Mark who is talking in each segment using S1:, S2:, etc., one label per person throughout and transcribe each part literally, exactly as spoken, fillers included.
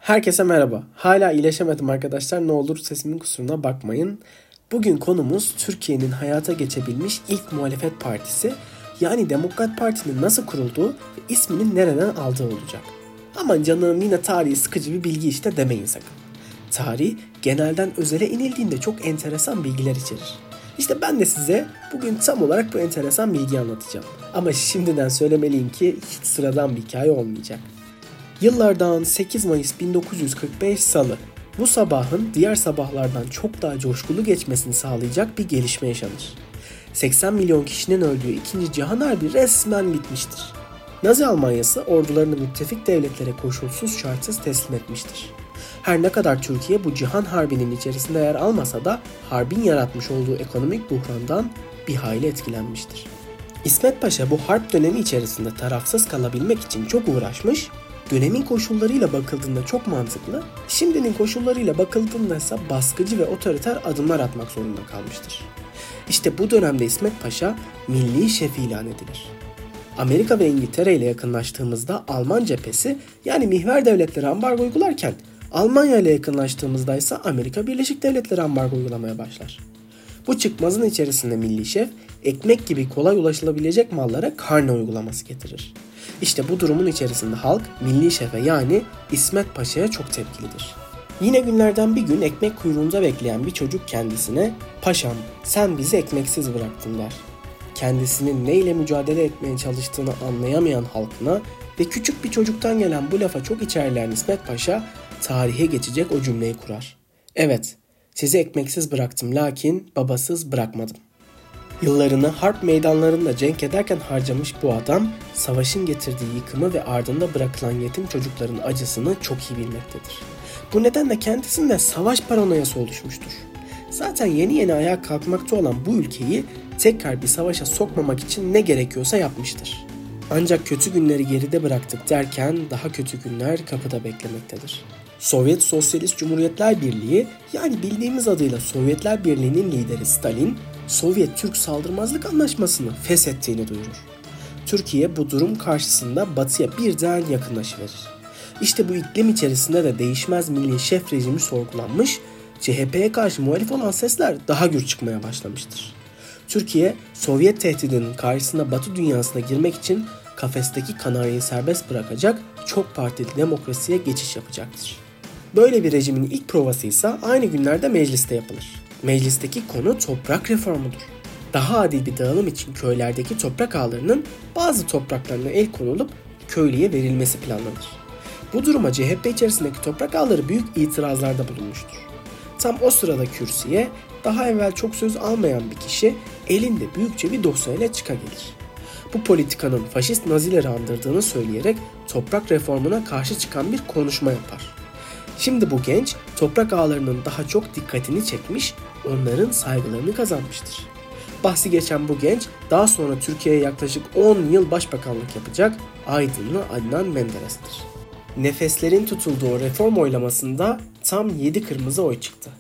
S1: Herkese merhaba. Hala iyileşemedim arkadaşlar. Ne olur sesimin kusuruna bakmayın. Bugün konumuz Türkiye'nin hayata geçebilmiş ilk muhalefet partisi, yani Demokrat Parti'nin nasıl kurulduğu ve isminin nereden aldığı olacak. Aman canım, yine tarihi sıkıcı bir bilgi işte demeyin sakın. Tarih genelden özele inildiğinde çok enteresan bilgiler içerir. İşte ben de size bugün tam olarak bu enteresan bilgiyi anlatacağım. Ama şimdiden söylemeliyim ki hiç sıradan bir hikaye olmayacak. Yıllardan sekiz Mayıs bin dokuz yüz kırk beş Salı. Bu sabahın diğer sabahlardan çok daha coşkulu geçmesini sağlayacak bir gelişme yaşanır. seksen milyon kişinin öldüğü ikinci. Cihan Harbi resmen bitmiştir. Nazi Almanyası ordularını müttefik devletlere koşulsuz şartsız teslim etmiştir. Her ne kadar Türkiye bu Cihan Harbi'nin içerisinde yer almasa da harbin yaratmış olduğu ekonomik buhrandan bir hayli etkilenmiştir. İsmet Paşa bu harp dönemi içerisinde tarafsız kalabilmek için çok uğraşmış, dönemin koşullarıyla bakıldığında çok mantıklı, şimdinin koşullarıyla bakıldığında ise baskıcı ve otoriter adımlar atmak zorunda kalmıştır. İşte bu dönemde İsmet Paşa milli şef ilan edilir. Amerika ve İngiltere ile yakınlaştığımızda Alman cephesi, yani mihver devletleri ambargo uygularken, Almanya ile yakınlaştığımızda ise Amerika Birleşik Devletleri ambargo uygulamaya başlar. Bu çıkmazın içerisinde milli şef, ekmek gibi kolay ulaşılabilecek mallara karne uygulaması getirir. İşte bu durumun içerisinde halk milli şefe, yani İsmet Paşa'ya çok tepkilidir. Yine günlerden bir gün ekmek kuyruğunda bekleyen bir çocuk kendisine "Paşam, sen bizi ekmeksiz bıraktın" der. Kendisinin neyle mücadele etmeye çalıştığını anlayamayan halkına ve küçük bir çocuktan gelen bu lafa çok içerleyen İsmet Paşa tarihe geçecek o cümleyi kurar. "Evet, sizi ekmeksiz bıraktım, lakin babasız bırakmadım." Yıllarını harp meydanlarında cenk ederken harcamış bu adam, savaşın getirdiği yıkımı ve ardında bırakılan yetim çocukların acısını çok iyi bilmektedir. Bu nedenle kendisinde savaş paranoyası oluşmuştur. Zaten yeni yeni ayağa kalkmakta olan bu ülkeyi tekrar bir savaşa sokmamak için ne gerekiyorsa yapmıştır. Ancak kötü günleri geride bıraktık derken daha kötü günler kapıda beklemektedir. Sovyet Sosyalist Cumhuriyetler Birliği, yani bildiğimiz adıyla Sovyetler Birliği'nin lideri Stalin, Sovyet-Türk Saldırmazlık Anlaşması'nı feshettiğini duyurur. Türkiye bu durum karşısında Batı'ya birden yakınlaşıverir. İşte bu iklim içerisinde de değişmez milli şef rejimi sorgulanmış, C H P'ye karşı muhalif olan sesler daha gür çıkmaya başlamıştır. Türkiye, Sovyet tehdidinin karşısına Batı dünyasına girmek için kafesteki kanaryayı serbest bırakacak, çok partili demokrasiye geçiş yapacaktır. Böyle bir rejimin ilk provası ise aynı günlerde mecliste yapılır. Meclisteki konu toprak reformudur. Daha adil bir dağılım için köylerdeki toprak ağlarının bazı topraklarına el konulup köylüye verilmesi planlanır. Bu duruma C H P içerisindeki toprak ağları büyük itirazlarda bulunmuştur. Tam o sırada kürsüye daha evvel çok söz almayan bir kişi elinde büyükçe bir dosyayla çıka gelir. Bu politikanın faşist Nazileri andırdığını söyleyerek toprak reformuna karşı çıkan bir konuşma yapar. Şimdi bu genç toprak ağalarının daha çok dikkatini çekmiş, onların saygılarını kazanmıştır. Bahsi geçen bu genç daha sonra Türkiye'ye yaklaşık on yıl başbakanlık yapacak Aydınlı Adnan Menderes'tir. Nefeslerin tutulduğu o reform oylamasında tam yedi kırmızı oy çıktı.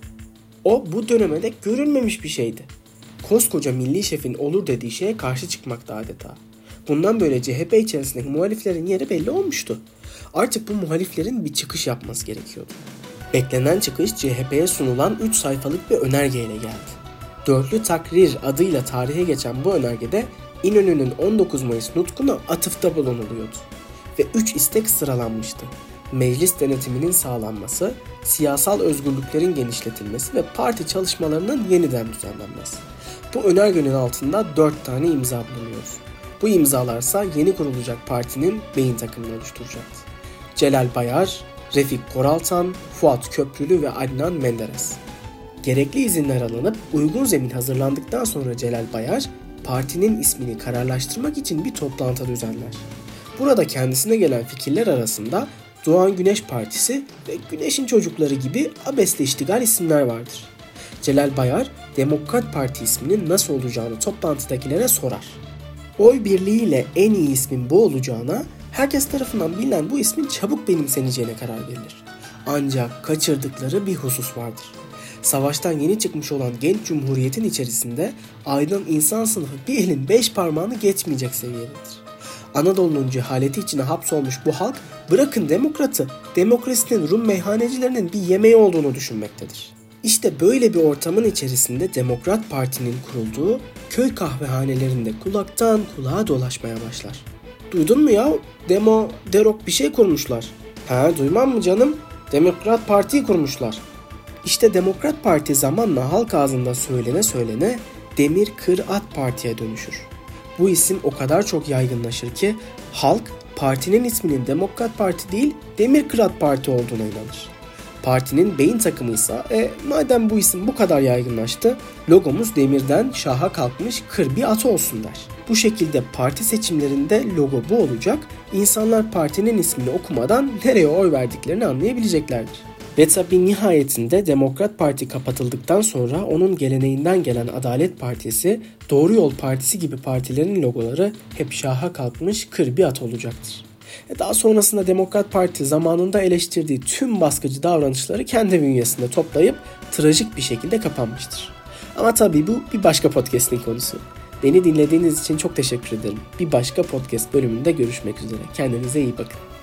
S1: O bu döneme dek görülmemiş bir şeydi. Koskoca milli şefin olur dediği şeye karşı çıkmakta adeta. Bundan böyle C H P içerisindeki muhaliflerin yeri belli olmuştu. Artık bu muhaliflerin bir çıkış yapması gerekiyordu. Beklenen çıkış C H P'ye sunulan üç sayfalık bir önergeyle geldi. Dörtlü Takrir adıyla tarihe geçen bu önergede İnönü'nün on dokuz Mayıs nutkuna atıfta bulunuluyordu. Ve üç istek sıralanmıştı. Meclis denetiminin sağlanması, siyasal özgürlüklerin genişletilmesi ve parti çalışmalarının yeniden düzenlenmesi. Bu önergenin altında dört tane imza bulunuyor. Bu imzalarsa yeni kurulacak partinin beyin takımını oluşturacaktı. Celal Bayar, Refik Koraltan, Fuat Köprülü ve Adnan Menderes. Gerekli izinler alınıp uygun zemin hazırlandıktan sonra Celal Bayar, partinin ismini kararlaştırmak için bir toplantı düzenler. Burada kendisine gelen fikirler arasında Doğan Güneş Partisi ve Güneş'in Çocukları gibi abesle iştigal isimler vardır. Celal Bayar, Demokrat Parti isminin nasıl olacağını toplantıdakilere sorar. Oy birliğiyle en iyi ismin bu olacağına, herkes tarafından bilinen bu ismin çabuk benimseneceğine karar verilir. Ancak kaçırdıkları bir husus vardır. Savaştan yeni çıkmış olan genç cumhuriyetin içerisinde aydın insan sınıfı bir elin beş parmağını geçmeyecek seviyededir. Anadolu'nun cehaleti içine hapsolmuş bu halk bırakın demokratı, demokrasinin Rum meyhanecilerinin bir yemeği olduğunu düşünmektedir. İşte böyle bir ortamın içerisinde Demokrat Parti'nin kurulduğu köy kahvehanelerinde kulaktan kulağa dolaşmaya başlar. Duydun mu ya? Demo, Derok bir şey kurmuşlar. Ha, duymam mı canım? Demokrat Parti'yi kurmuşlar. İşte Demokrat Parti zamanla halk ağzında söylene söylene Demir Kır At Parti'ye dönüşür. Bu isim o kadar çok yaygınlaşır ki halk partinin isminin Demokrat Parti değil Demir Kır At Parti olduğuna inanır. Partinin beyin takımıysa e, madem bu isim bu kadar yaygınlaştı, logomuz demirden şaha kalkmış kır bir at olsun der. Bu şekilde parti seçimlerinde logo bu olacak, insanlar partinin ismini okumadan nereye oy verdiklerini anlayabileceklerdir. Ve tabi nihayetinde Demokrat Parti kapatıldıktan sonra onun geleneğinden gelen Adalet Partisi, Doğru Yol Partisi gibi partilerin logoları hep şaha kalkmış kır bir at olacaktır. Daha sonrasında Demokrat Parti zamanında eleştirdiği tüm baskıcı davranışları kendi bünyesinde toplayıp trajik bir şekilde kapanmıştır. Ama tabii bu bir başka podcast'in konusu. Beni dinlediğiniz için çok teşekkür ederim. Bir başka podcast bölümünde görüşmek üzere. Kendinize iyi bakın.